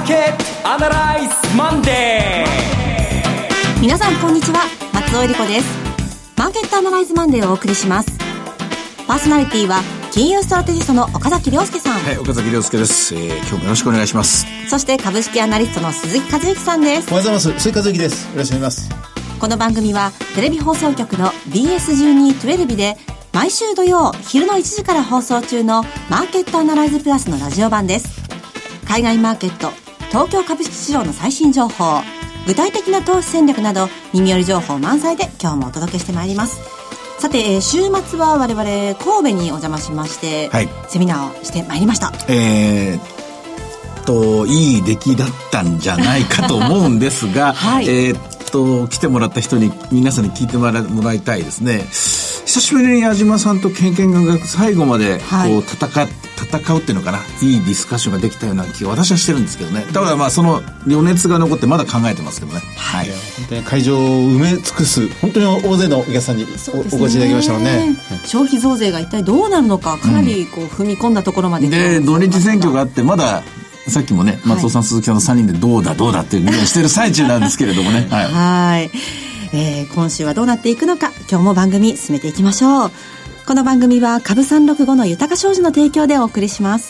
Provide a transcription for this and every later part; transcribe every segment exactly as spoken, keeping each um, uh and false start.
ーケットアナライズマンデー。 皆さんこんにちは、松尾恵理子です。マーケットアナライズマンデーをお送りします。パーソナリティは金融ストラテジストの岡崎亮介さん。 はい、岡崎亮介です、えー、今日もよろしくお願いします。 そして株式アナリストの鈴木和之さんです。 おはようございます。鈴木和之です。よろしくお願いします。 この番組はテレビ放送局の ビーエスじゅうにじゅうに で毎週土曜昼のいちじから放送中のマーケットアナライズプラスのラジオ版です。海外マーケット、東京株式市場の最新情報、具体的な投資戦略など耳寄り情報満載で今日もお届けしてまいります。さて、週末は我々神戸にお邪魔しまして、はい、セミナーをしてまいりました。 えー、っといい出来だったんじゃないかと思うんですが、はい、えー、っと来てもらった人に皆さんに聞いてもら、もらいたいですね。久しぶりに矢島さんとケンケンが最後までこう戦って、はい、戦うっていうのかな、いいディスカッションができたような気が私はしてるんですけどね。だからまあその余熱が残ってまだ考えてますけどね。はい、 いや本当に会場を埋め尽くす本当に大勢のお客さんに お,、ね、お越しいただきましたのね。 消費増税が一体どうなるのか、かなりこう踏み込んだところまで、 うん、で土日選挙があってまださっきもね松尾さん、はい、鈴木さんのさんにんでどうだどうだっていう議論してる最中なんですけれどもね。はい、 はい、えー、今週はどうなっていくのか、今日も番組進めていきましょう。この番組は株さんろくごの豊か商事の提供でお送りします。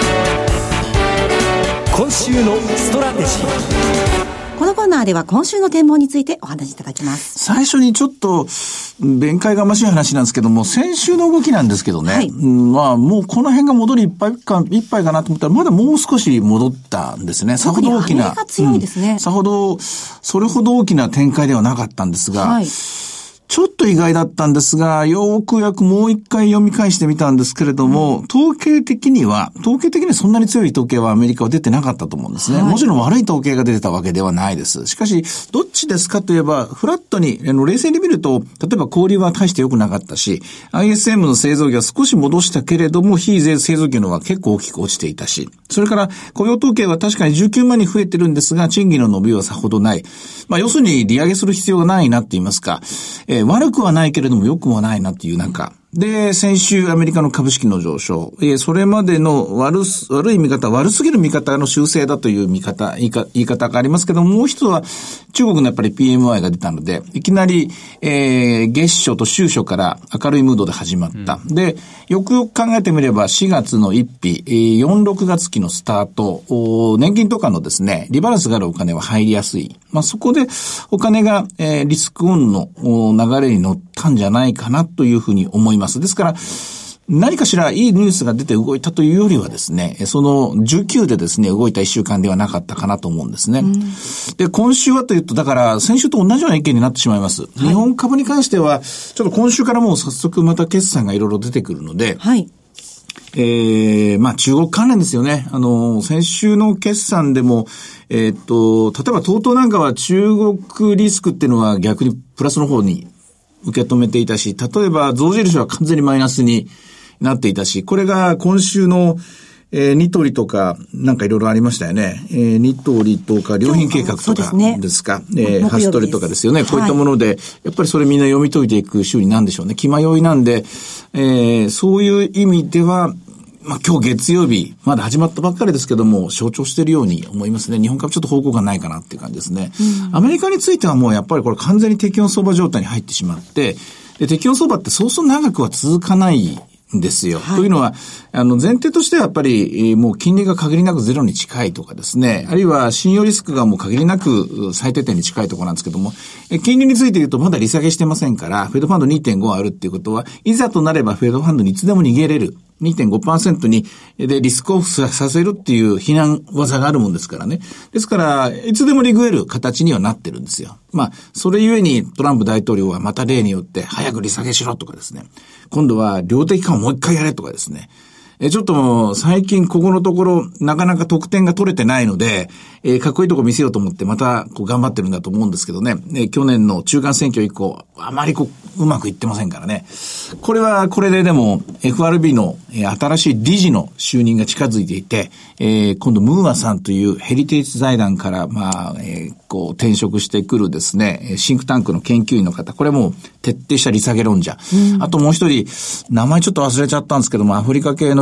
今週のストラテジー。 このコーナーでは今週の展望についてお話しいただきます。 最初にちょっと弁解がましい話なんですけども、先週の動きなんですけどね、はい、うん、まあもうこの辺が戻りいっぱいかいっぱいかなと思ったらまだもう少し戻ったんですね。さほど大きな、 が強いですね、 うん、さほどそれほど大きな展開ではなかったんですが、はい、ちょっと意外だったんですが、よくよくもう一回読み返してみたんですけれども、うん、統計的には、統計的にそんなに強い統計はアメリカは出てなかったと思うんですね。はい、もちろん悪い統計が出てたわけではないです。しかし、どっちですかといえば、フラットに、あの、冷静に見ると、例えば小売は大して良くなかったし、アイエスエム の製造業は少し戻したけれども、非製造業の方は結構大きく落ちていたし、それから雇用統計は確かにじゅうきゅうまんにん増えてるんですが、賃金の伸びはさほどない。まあ、要するに利上げする必要がないなって言いますか、えー、悪くはないけれども良くもないなっていう中で、先週アメリカの株式の上昇、えー、それまでの悪す、悪い見方、悪すぎる見方の修正だという見方、言いか、言い方がありますけども、もう一つは中国のやっぱり ピーエムアイ が出たので、いきなり、えー、月初と週初から明るいムードで始まった。うん、で、よくよく考えてみればしがつのいっ日、えー、よん、ろくがつ期のスタート、年金とかのですね、リバランスがあるお金は入りやすい。まあ、そこでお金が、えー、リスクオンの流れに乗ったんじゃないかなというふうに思います。ですから、何かしらいいニュースが出て動いたというよりはですね、そのじゅうきゅうでですね、動いたいっしゅうかんではなかったかなと思うんですね。うん、で、今週はというと、だから先週と同じような意見になってしまいます。はい、日本株に関しては、ちょっと今週からもう早速また決算がいろいろ出てくるので、はい、えー、まあ中国関連ですよね。あの、先週の決算でも、えー、っと、例えば トートー なんかは中国リスクっていうのは逆にプラスの方に受け止めていたし、例えば増印は完全にマイナスになっていたし、これが今週の、えー、ニトリとかなんかいろいろありましたよね。えー、ニトリとか良品計画とかですか、すね、えー、ハストリとかですよね。こういったもので、はい、やっぱりそれみんな読み解いていく週になんでしょうね。気迷いなんで、えー、そういう意味では、まあ、今日月曜日、まだ始まったばっかりですけども、象徴しているように思いますね。日本株ちょっと方向がないかなっていう感じですね。うん、アメリカについてはもうやっぱりこれ完全に適温相場状態に入ってしまって、で、適温相場ってそうそう長くは続かないんですよ。はい、というのは、あの、前提としてはやっぱり、もう金利が限りなくゼロに近いとかですね、あるいは信用リスクがもう限りなく最低点に近いところなんですけども、金利について言うとまだ利下げしてませんから、フェドファンド にてんご あるっていうことは、いざとなればフェドファンドにいつでも逃げれる。にてんごパーセント に、で、リスクオフさせるっていう避難技があるもんですからね。ですから、いつでもリグえる形にはなってるんですよ。まあ、それゆえにトランプ大統領はまた例によって早く利下げしろとかですね。今度は量的緩和もう一回やれとかですね。え、ちょっともう最近ここのところなかなか得点が取れてないので、えー、かっこいいとこ見せようと思ってまたこう頑張ってるんだと思うんですけどね。えー、去年の中間選挙以降、あまりこう、うまくいってませんからね。これはこれででも エフアールビー の、えー、新しい理事の就任が近づいていて、えー、今度ムーアさんというヘリテージ財団からまあ、えー、こう転職してくるですね、シンクタンクの研究員の方、これも徹底した利下げ論者。うん、あともう一人、名前ちょっと忘れちゃったんですけども、アフリカ系の人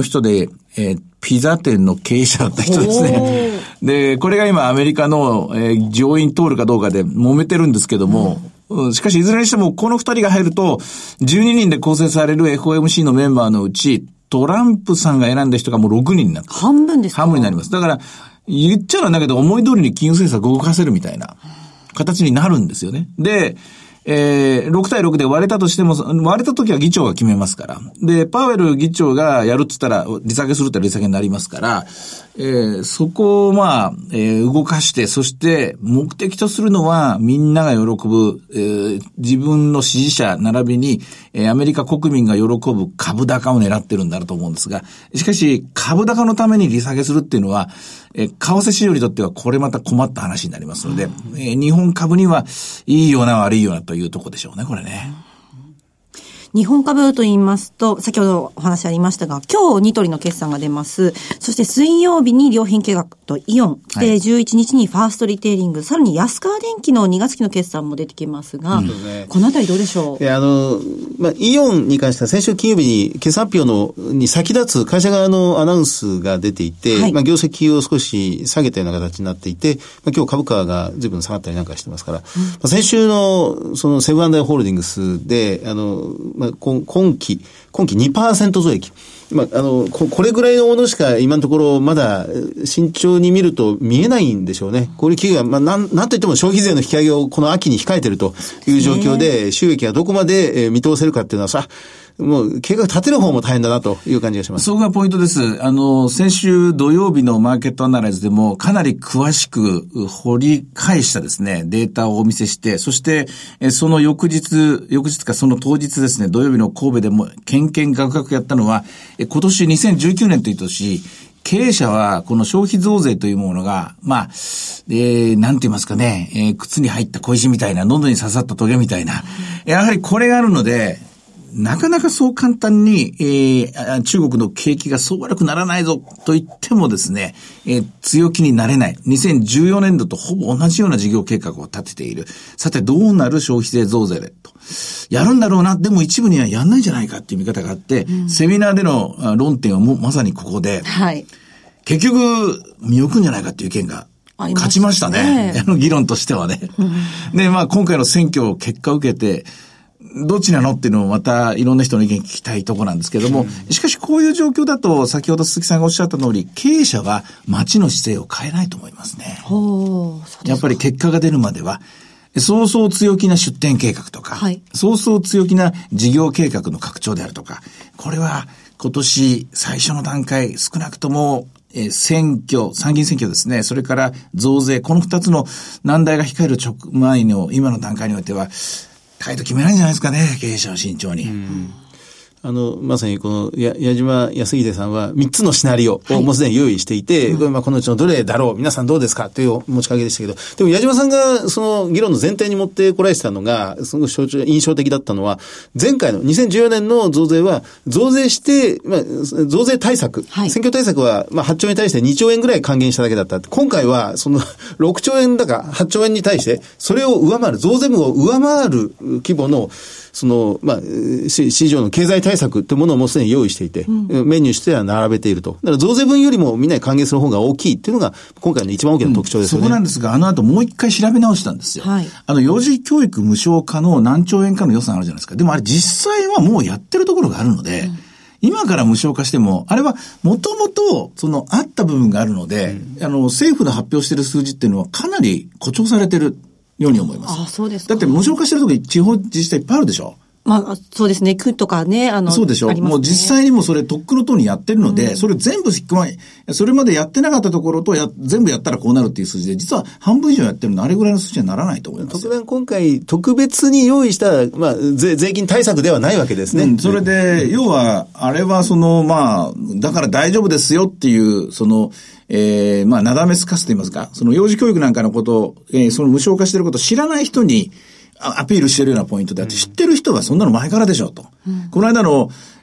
人で、えー、ピザ店の経営者だった人ですね。で、これが今アメリカの、えー、上院通るかどうかで揉めてるんですけども、うん、しかしいずれにしてもこの二人が入ると、じゅうににんで構成される エフオーエムシー のメンバーのうち、トランプさんが選んだ人がもうろくにんになって。 半分ですか？ 半分になります。だから、言っちゃなんだけど、思い通りに金融政策を動かせるみたいな形になるんですよね。で、えー、ろくたいろくで割れたとしても、割れた時は議長が決めますから。で、パウエル議長がやるっつったら、利下げするって利下げになりますから、えー、そこをまあ、えー、動かして、そして目的とするのは、みんなが喜ぶ、えー、自分の支持者並びに、えー、アメリカ国民が喜ぶ株高を狙ってるんだろうと思うんですが、しかし、株高のために利下げするっていうのは、えー、為替市場にとってはこれまた困った話になりますので、えー、日本株にはいいような悪いようなというところでしょうね、これね。 日本株と言いますと、先ほどお話ありましたが、今日ニトリの決算が出ます。そして水曜日に良品計画とイオン。はい、で、じゅういちにちにファーストリテイリング。さらに安川電機のにがつきの決算も出てきますが、うん、このあたりどうでしょう？ いや、あの、まあ、イオンに関しては先週金曜日に決算発表のに先立つ会社側のアナウンスが出ていて、はい、まあ、業績を少し下げたような形になっていて、まあ、今日株価が随分下がったりなんかしてますから、うん、まあ、先週のそのセブン&アイホールディングスで、あの、まあ、今期、今期 にパーセント 増益。まあ、あのこ、これぐらいのものしか今のところまだ慎重に見ると見えないんでしょうね。こういう企業が、まあ、なん、なんといっても消費税の引き上げをこの秋に控えているという状況で、収益がどこまで見通せるかっていうのはさ、もう計画立てる方も大変だなという感じがします。 そこがポイントです。あの、先週土曜日のマーケットアナライズでもかなり詳しく掘り返したですね、データをお見せして、そして、その翌日、翌日かその当日ですね、土曜日の神戸でも、けんけんがくがくやったのは、今年にせんじゅうきゅうねんという年、経営者はこの消費増税というものが、まあ、えー、なんて言いますかね、えー、靴に入った小石みたいな、喉に刺さったトゲみたいな、やはりこれがあるので、なかなかそう簡単に、えー、中国の景気がそう悪くならないぞと言ってもですね、えー、強気になれない。にせんじゅうよねんどとほぼ同じような事業計画を立てている。さてどうなる消費税増税でと。やるんだろうな、でも一部にはやんないんじゃないかっていう見方があって、うん、セミナーでの論点はもまさにここで、はい、結局見送るんじゃないかっていう意見が勝ちましたね。あの議論としてはね。うん、で、まあ今回の選挙結果を受けて、どっちなのっていうのをまたいろんな人の意見聞きたいところなんですけども、うん、しかしこういう状況だと先ほど鈴木さんがおっしゃった通り、経営者は町の姿勢を変えないと思いますね。ほう、やっぱり結果が出るまでは、そうそう強気な出店計画とか、はい、そうそう強気な事業計画の拡張であるとか、これは今年最初の段階少なくともえー、選挙、参議院選挙ですね。それから増税、この二つの難題が控える直前の今の段階においては、態度決めないんじゃないですかね、経営者は慎重に。うん、 あの、まさにこの、や、矢島康秀さんはみっつのシナリオをもうすでに用意していて、はい、まあこのうちのどれだろう、皆さんどうですかという持ちかけでしたけど、でも矢島さんがその議論の前提に持ってこられてたのが、すごく印象的だったのは、前回のにせんじゅうよねんの増税は、増税して、まあ、増税対策、はい、選挙対策は、まあはっちょうえんに対してにちょうえんぐらい還元しただけだった。今回は、そのろくちょうえんだかはっちょうえんに対して、それを上回る、増税分を上回る規模の、その、まあ、市場の経済対策というものをもうすでに用意していて、うん、メニューとしては並べていると。だから増税分よりもみんなに還元する方が大きいっていうのが、今回の一番大きな特徴ですよね。 うん、そこなんですが、あの後もう一回調べ直したんですよ。はい、あの、幼児教育無償化の何兆円かの予算あるじゃないですか。でもあれ実際はもうやってるところがあるので、うん、今から無償化しても、あれはもともと、その、あった部分があるので、うん、あの、政府で発表している数字っていうのはかなり誇張されてるように思います。 あ、そうですか。 だって無償化してるとき地方自治体いっぱいあるでしょ。 まあ、そうですね。区とかね、あの、 そうでしょ。ね、もう実際にもそれ、とっくのとおりにやってるので、うん、それ全部、それまでやってなかったところとや、全部やったらこうなるっていう数字で、実は半分以上やってるので、あれぐらいの数字にはならないと思います。 特段今回、特別に用意した、まあ、税、税金対策ではないわけですね。 うん、それで、要は、あれはその、まあ、だから大丈夫ですよっていう、その、えー、まあ、なだめすかすと言いますか、その幼児教育なんかのことを、えー、その無償化してることを知らない人に、アピールしてるようなポイントであって、知ってる人はそんなの前からでしょうと。うん、この間の、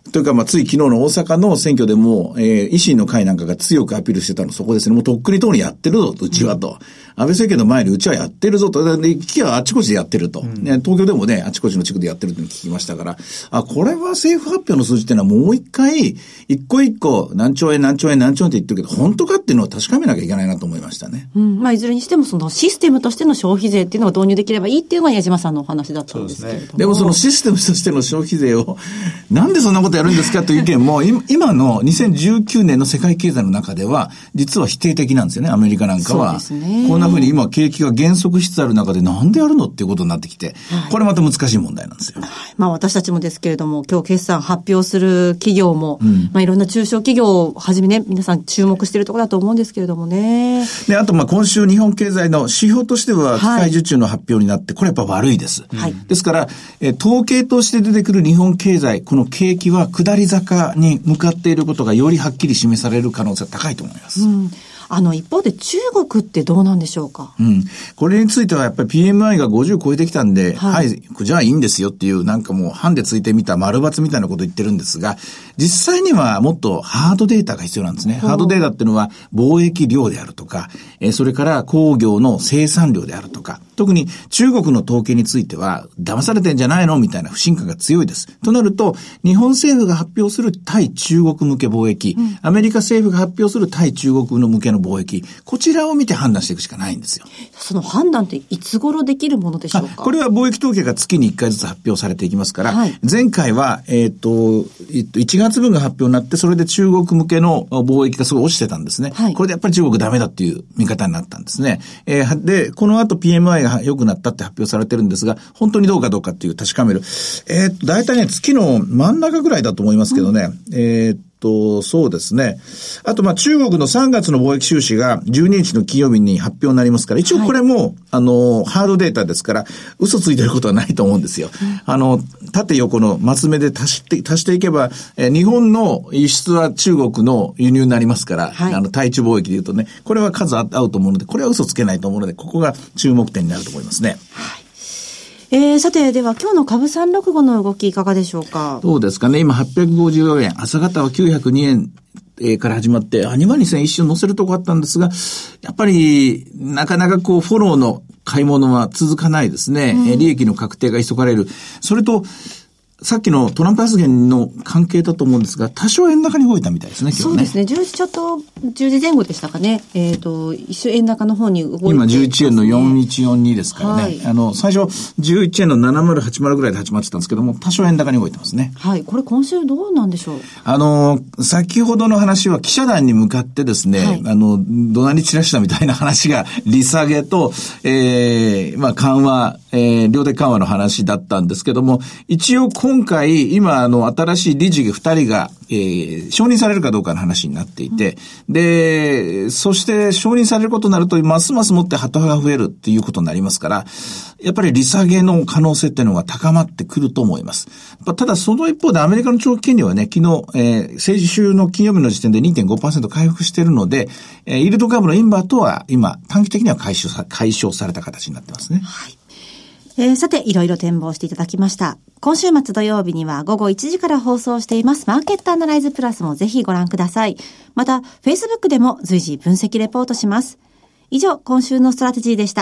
というか、まあ、つい昨日の大阪の選挙でも、えー、維新の会なんかが強くアピールしてたのそこですね。もうとっくに通りやってるぞと、うちはと。うん、安倍政権の前にうちはやってるぞと。で、危機はあちこちでやってると、うんね。東京でもね、あちこちの地区でやってると聞きましたから、あ、これは政府発表の数字っていうのはもう一回、一個一個何兆円何兆円何兆円って言ってるけど、本当かっていうのを確かめなきゃいけないなと思いましたね。 うん。まあ、いずれにしてもそのシステムとしての消費税っていうのが導入できればいいっていうのが矢島さんのお話だったんですけれども。 で, でもそのシステムとしての消費税を、なんでそんなことやるんですかという意見も、今のにせんじゅうきゅうねんの世界経済の中では、実は否定的なんですよね、アメリカなんかは。そうですね。こんな風に今景気が減速しつつある中でなんでやるのっていうことになってきて、はい、これまた難しい問題なんですよ。はい、 まあ私たちもですけれども、今日決算発表する企業も、うん、まあいろんな中小企業をはじめね、皆さん注目しているところだと思うんですけれどもね。 で、あとまあ今週日本経済の指標としては、機械受注の発表になって、これやっぱ悪いです。はい、ですから、え統計として出てくる日本経済、この景気は下り坂に向かっていることがよりはっきり示される可能性が高いと思います。うん、 あの一方で中国ってどうなんでしょうか。 うん。これについてはやっぱり ピーエムアイ がごじゅう超えてきたんで、はい、はい、じゃあいいんですよっていうなんかもうハンデついてみた丸抜みたいなこと言ってるんですが、実際にはもっとハードデータが必要なんですね。ハードデータっていうのは貿易量であるとか、えー、それから工業の生産量であるとか、特に中国の統計については騙されてんじゃないのみたいな不信感が強いです。となると、日本政府が発表する対中国向け貿易、うん、アメリカ政府が発表する対中国の向けの貿易、こちらを見て判断していくしかないんですよ。 その判断っていつ頃できるものでしょうか。 これは貿易統計が月にいっかいずつ発表されていきますから、はい、前回は、えっと、いちがつぶんが発表になって、それで中国向けの貿易がすごい落ちてたんですね。はい、これでやっぱり中国ダメだっていう見方になったんですね。えー、で、この後 ピーエムアイ が良くなったって発表されてるんですが、本当にどうかどうかっていう確かめる。えっと、だいたいね、月の真ん中ぐらいだと思いますけどね、うん、えーと、そうですね。あと、ま、中国のさんがつの貿易収支がじゅうににちの金曜日に発表になりますから、一応これも、はい、あの、ハードデータですから、嘘ついてることはないと思うんですよ。うん、あの、縦横の松目で足して、足していけば、え、日本の輸出は中国の輸入になりますから、はい、あの、対中貿易で言うとね、これは数合うと思うので、これは嘘つけないと思うので、ここが注目点になると思いますね。はい。 えー、さて、では今日の株さんろくごの動きいかがでしょうか。 そうですかね。今はっぴゃくごじゅうよえん、朝方はきゅうひゃくにえん、えー、から始まって、あ、にまんにせん一瞬乗せるとこあったんですが、やっぱり、なかなかこう、フォローの買い物は続かないですね。うん、利益の確定が急がれる。それと、さっきのトランプ発言の関係だと思うんですが、多少円高に動いたみたいですね、今日ね。 そうですね。じゅうじちょっと、じゅうじぜん後でしたかね。えっと、一瞬円高の方に動いて、ね。 今じゅういちえんのよんいちよんにですからね。はい、あの、最初じゅういちえんのななまるはちまるぐらいで始まってたんですけども、多少円高に動いてますね。 はい。これ今週どうなんでしょう。 あの、先ほどの話は記者団に向かってですね、はい、あの、怒鳴り散らしたみたいな話が、利下げと、えー、まあ緩和、えー、量的緩和の話だったんですけども、一応今回、今、あの、新しい理事がふたりが、えー、承認されるかどうかの話になっていて、うん、で、そして承認されることになると、ますますもってハト派が増えるっていうことになりますから、やっぱり利下げの可能性っていうのが高まってくると思います。ただ、その一方でアメリカの長期金利はね、昨日、えー、先週の金曜日の時点で にてんごパーセント 回復しているので、えー、イールドカーブのインバートは今、短期的には解消さ、解消された形になってますね。 はい。えー、さて、いろいろ展望していただきました。今週末土曜日には午後いちじから放送していますマーケットアナライズプラスもぜひご覧ください。また、Facebook でも随時分析レポートします。以上、今週のストラテジーでした。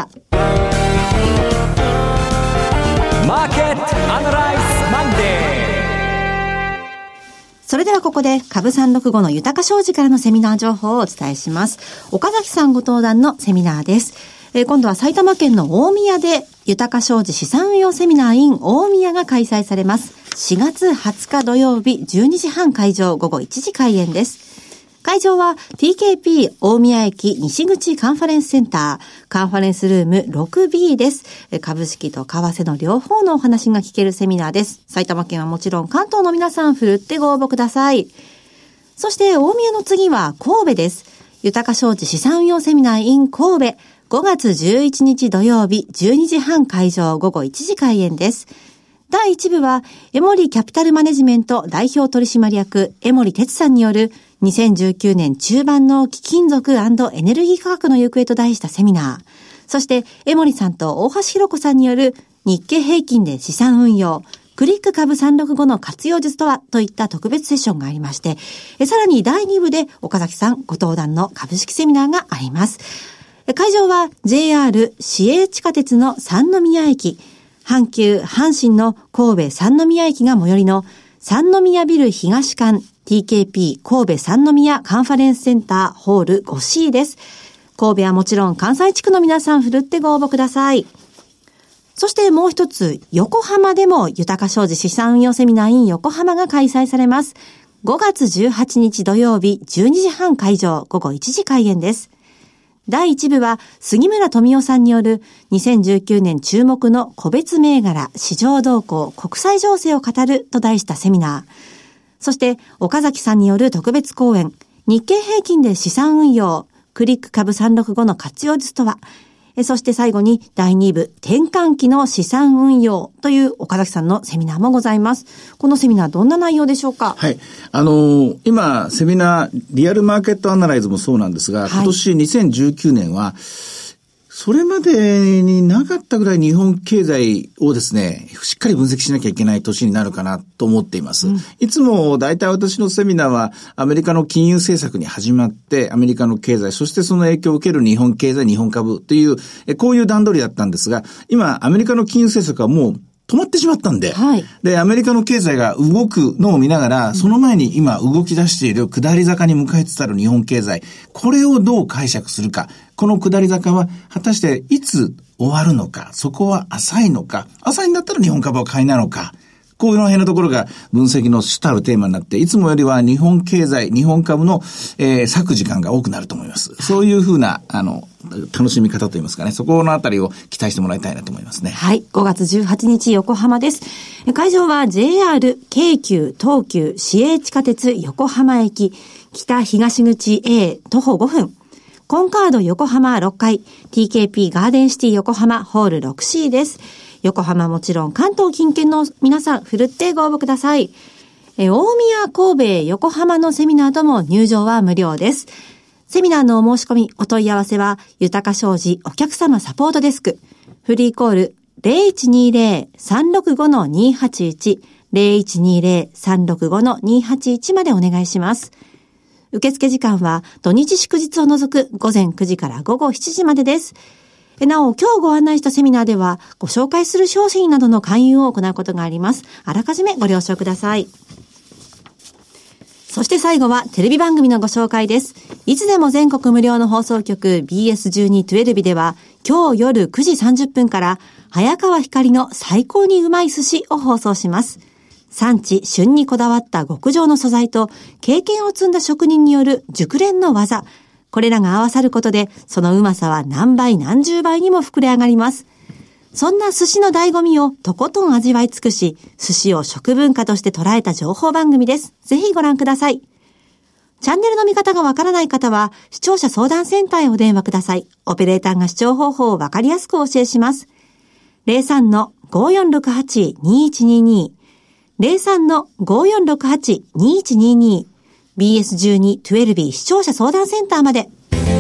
マーケットアナライズマンデー。 それではここで株さんろくごの豊か商事からのセミナー情報をお伝えします。岡崎さんご登壇のセミナーです。えー、今度は埼玉県の大宮で豊か商事資産運用セミナー in 大宮が開催されます。しがつはつか土曜日じゅうにじはん会場、午後いちじ開演です。会場は ティーケーピー 大宮駅西口カンファレンスセンター、カンファレンスルーム ろくビー です。株式と為替の両方のお話が聞けるセミナーです。埼玉県はもちろん関東の皆さんふるってご応募ください。そして大宮の次は神戸です。豊か商事資産運用セミナー in 神戸、ごがつじゅういちにち土曜日じゅうにじはん会場、午後いちじ開演です。だいいち部はエモリキャピタルマネジメント代表取締役江森哲さんによるにせんじゅうきゅうねん中盤の貴金属&エネルギー価格の行方と題したセミナー。そして江森さんと大橋弘子さんによる日経平均で資産運用、 クリック株さんろくごの活用術とはといった特別セッションがありまして、えさらにだいに部で岡崎さんご登壇の株式セミナーがあります。会場は ジェイアール 市営地下鉄の三宮駅、阪急阪神の神戸三宮駅が最寄りの三宮ビル東館 ティーケーピー 神戸三宮カンファレンスセンターホール ごシー です。神戸はもちろん関西地区の皆さんふるってご応募ください。そしてもう一つ、横浜でも豊か商事資産運用セミナー in 横浜が開催されます。ごがつじゅうはちにち土曜日じゅうにじはん会場、午後いちじ開演です。だいいち部は杉村富夫さんによるにせんじゅうきゅうねん注目の個別銘柄市場動向国際情勢を語ると題したセミナー。そして岡崎さんによる特別講演、日経平均で資産運用クリック株さんろくごの活用術とは。そして最後にだいに部転換期の資産運用という岡崎さんのセミナーもございます。このセミナーどんな内容でしょうか？ はい。あのー、今セミナーリアルマーケットアナライズもそうなんですが、はい、今年にせんじゅうきゅうねんはそれまでになかったぐらい日本経済をですね、しっかり分析しなきゃいけない年になるかなと思っています。うん、いつも大体私のセミナーはアメリカの金融政策に始まって、アメリカの経済、そしてその影響を受ける日本経済、日本株という、こういう段取りだったんですが、今アメリカの金融政策はもう止まってしまったんで、はい、で、アメリカの経済が動くのを見ながら、その前に今動き出している下り坂に向かいつつある日本経済、これをどう解釈するか、この下り坂は果たしていつ終わるのか、そこは浅いのか、浅いんだったら日本株は買いなのか、こういうの辺のところが分析の主たるテーマになって、いつもよりは日本経済、日本株の、えー、割く時間が多くなると思います。そういうふうな、あの、楽しみ方といいますかね、そこのあたりを期待してもらいたいなと思いますね。 はい。ごがつじゅうはちにち横浜です。会場は ジェイアール、京急、東急、市営地下鉄横浜駅、北東口 A 徒歩ごふん。コンカード横浜ろっかい、ティーケーピー ガーデンシティ横浜ホール ろくシー です。横浜もちろん関東近県の皆さん、ふるってご応募ください。え大宮、神戸、横浜のセミナーとも入場は無料です。セミナーのお申し込み、お問い合わせは、豊か商事お客様サポートデスク。フリーコール ゼロいちにゼロ さんろくご にはちいち、ゼロいちにゼロ さんろくご にはちいちまでお願いします。受付時間は土日祝日を除く午前くじから午後しちじまでです。なお、今日ご案内したセミナーでは、ご紹介する商品などの勧誘を行うことがあります。あらかじめご了承ください。そして最後はテレビ番組のご紹介です。いつでも全国無料の放送局 ビーエスじゅうに じゅうに では、今日夜くじさんじゅっぷんから早川ひかりの最高にうまい寿司を放送します。産地、旬にこだわった極上の素材と経験を積んだ職人による熟練の技、これらが合わさることで、そのうまさは何倍何十倍にも膨れ上がります。そんな寿司の醍醐味をとことん味わい尽くし、寿司を食文化として捉えた情報番組です。ぜひご覧ください。チャンネルの見方がわからない方は、視聴者相談センターへお電話ください。オペレーターが視聴方法をわかりやすくお教えします。ゼロさんのごよんろくはち にいちにに ゼロさんのごよんろくはち にいちににビーエスじゅうに じゅうに 視聴者相談センターまで。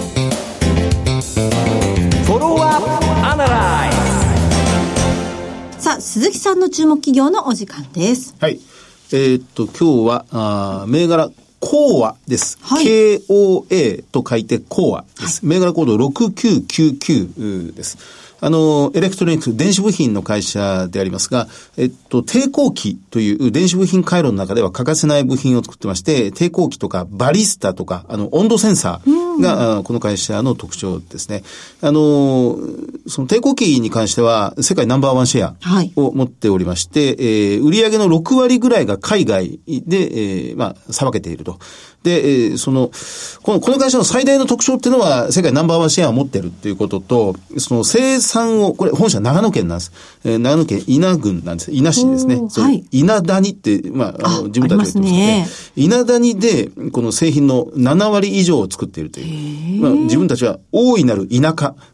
フォローアップアナライズ。さあ、鈴木さんの注目企業のお時間です。 はい。えー、っと、今日は、あ銘柄、コーアです。はい、ケーオーエー と書いてコーアです。はい、銘柄コードろくきゅうきゅうきゅうです。あの、エレクトロニック、電子部品の会社でありますが、えっと、抵抗器という電子部品回路の中では欠かせない部品を作ってまして、抵抗器とかバリスタとか、あの、温度センサーが、この会社の特徴ですね。あの、その抵抗器に関しては、世界ナンバーワンシェアを持っておりまして、はい、えー、売上のろくわりぐらいが海外で、えー、まあ、さばけていると。で、えー、その、この、この会社の最大の特徴っていうのは、世界ナンバーワンシェアを持っているっていうことと、その生産を、これ本社長野県なんです。えー、長野県伊那郡なんです。伊那市ですね。はい。伊那谷って、まあ、あの、自分たちが言ってますね。伊那谷で、この製品のななわり以上を作っているという。まあ、自分たちは大いなる田舎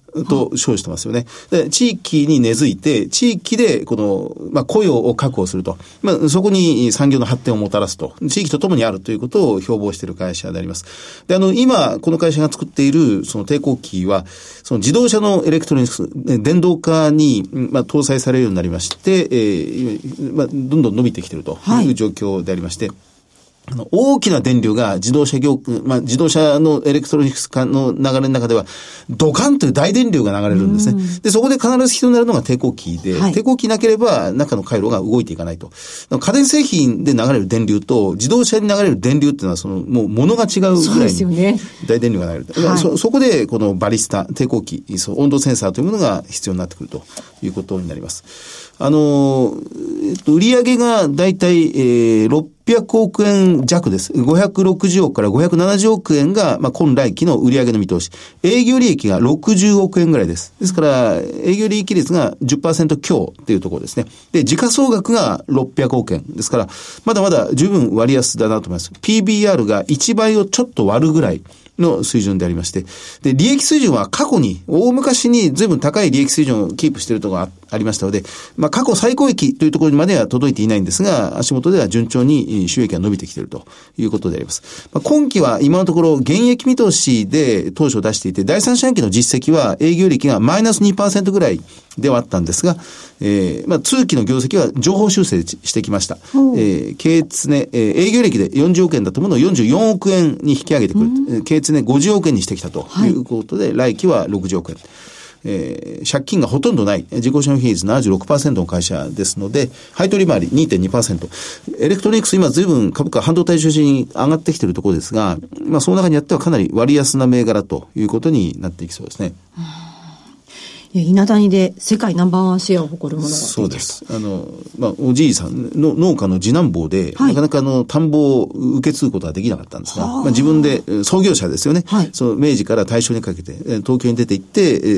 と称してますよね。で、地域に根付いて、地域でこの、まあ、雇用を確保すると。まあ、そこに産業の発展をもたらすと。地域とともにあるということを標榜している会社であります。で、あの、今、この会社が作っている、その抵抗器は、その自動車のエレクトロニクス、電動化に、まあ、搭載されるようになりまして、えー、まあ、どんどん伸びてきているという状況でありまして、はい、あの大きな電流が自動車業、まあ、自動車のエレクトロニクス化の流れの中では、ドカンという大電流が流れるんですね。で、そこで必ず必要になるのが抵抗器で、はい、抵抗器なければ中の回路が動いていかないと。家電製品で流れる電流と自動車に流れる電流っていうのは、その、もう物が違うぐらいに大電流が流れる。そ, ねはい、そ, そこで、このバリスタ、抵抗器、温度センサーというものが必要になってくるということになります。あの、えっと、売上がだいたい、えー、ろっぴゃくおくえん弱です。ごひゃくろくじゅうおくからごひゃくななじゅうおくえんが、まあ、今来期の売上の見通し。営業利益がろくじゅうおくえんぐらいです。ですから、営業利益率が じゅっパーセント 強っていうところですね。で、時価総額がろっぴゃくおくえん。ですから、まだまだ十分割安だなと思います。ピービーアール がいちばいをちょっと割るぐらいの水準でありまして。で、利益水準は過去に、大昔に随分高い利益水準をキープしているところがありましたので、まあ過去最高益というところにまでは届いていないんですが、足元では順調に収益が伸びてきているということであります。まあ、今期は今のところ減益見通しで当初出していて、第三四半期の実績は営業利益がマイナス にパーセント ぐらいではあったんですが、えー、まあ通期の業績は上方修正してきました。えー、経常、えー、営業利益でよんじゅうおくえんだったものをよんじゅうよんおくえんに引き上げてくる。経常ごじゅうおくえんにしてきたということで、はい、来期はろくじゅうおくえん。えー、借金がほとんどない、自己資本比率 ななじゅうろくパーセント の会社ですので、配当利回り にてんにパーセント。エレクトロニクス今随分株価半導体中心に上がってきているところですが、まあその中にあってはかなり割安な銘柄ということになっていきそうですね。 稲谷で世界ナンバーワンシェアを誇るものがそうです。あの、まあ、おじいさんの農家の次男坊で、はい、なかなかあの、田んぼを受け継ぐことはできなかったんですが、まあ、自分で、創業者ですよね。はい、その明治から大正にかけて、東京に出て行って、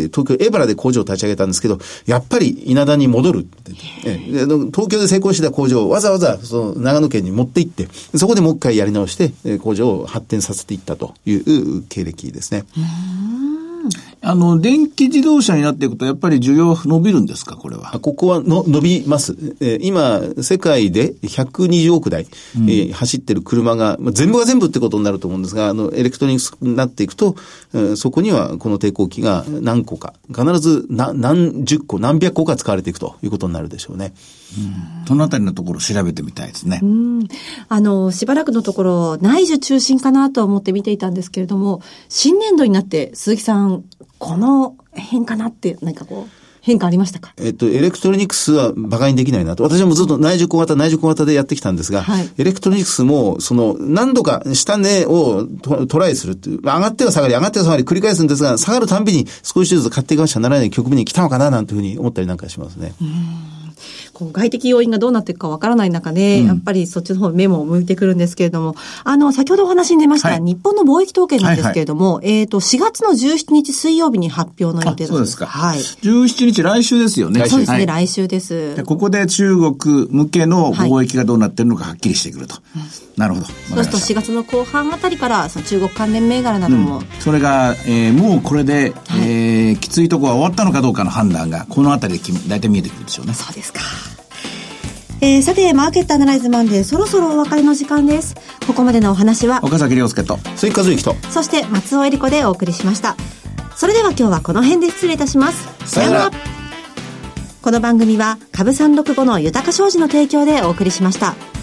東京エバラで工場を立ち上げたんですけど、やっぱり稲田に戻るって。え東京で成功した工場をわざわざその長野県に持って行って、そこでもう一回やり直して、工場を発展させていったという経歴ですね。 あの、電気自動車になっていくと、やっぱり需要伸びるんですか、これは。 ここはの伸びます。えー、今、世界でひゃくにじゅうおくだい、うんえー、走ってる車が、まあ、全部が全部ってことになると思うんですが、あの、エレクトロニクスになっていくと、えー、そこにはこの抵抗器が何個か、必ず何、何十個、何百個か使われていくということになるでしょうね。 うん、そのあたりのところを調べてみたいですね。 うん、あの、しばらくのところ、内需中心かなと思って見ていたんですけれども、新年度になって鈴木さん、この変かなって何かこう変化ありましたか？ えっとエレクトロニクスは馬鹿にできないなと。私もずっと内需小型内需小型でやってきたんですが、はい、エレクトロニクスもその何度か下値をトライするっていう、上がっては下がり上がっては下がり繰り返すんですが、下がるたんびに少しずつ買っていかなきゃならない局面に来たのかななんていうふうに思ったりなんかしますね。 うーんこう外的要因がどうなっていくかわからない中で、うん、やっぱりそっちの方に目も向いてくるんですけれども、あの、先ほどお話に出ました、はい、日本の貿易統計なんですけれども、はいはい、えっと、しがつのじゅうしちにち水曜日に発表の予定だそうです。 そうですか。はい。じゅうしちにち来週ですよね。 そうですね、 はい、 来週です。 でここで中国向けの貿易がどうなっているのかはっきりしてくると。はい、なるほど。そうするとしがつの後半あたりから、その中国関連銘柄なども。うん、 それが、えー、もうこれで、はい、えー、きついところは終わったのかどうかの判断が、このあたりで大体見えてくるでしょうね。 そうですか。えー、さて、マーケットアナライズマンデー、そろそろお別れの時間です。ここまでのお話は、 岡崎亮介と、 鈴木和之と、 そして松尾恵理子でお送りしました。それでは今日はこの辺で失礼いたします。 さよなら。 この番組は、株さんろくごの豊か商事の提供でお送りしました。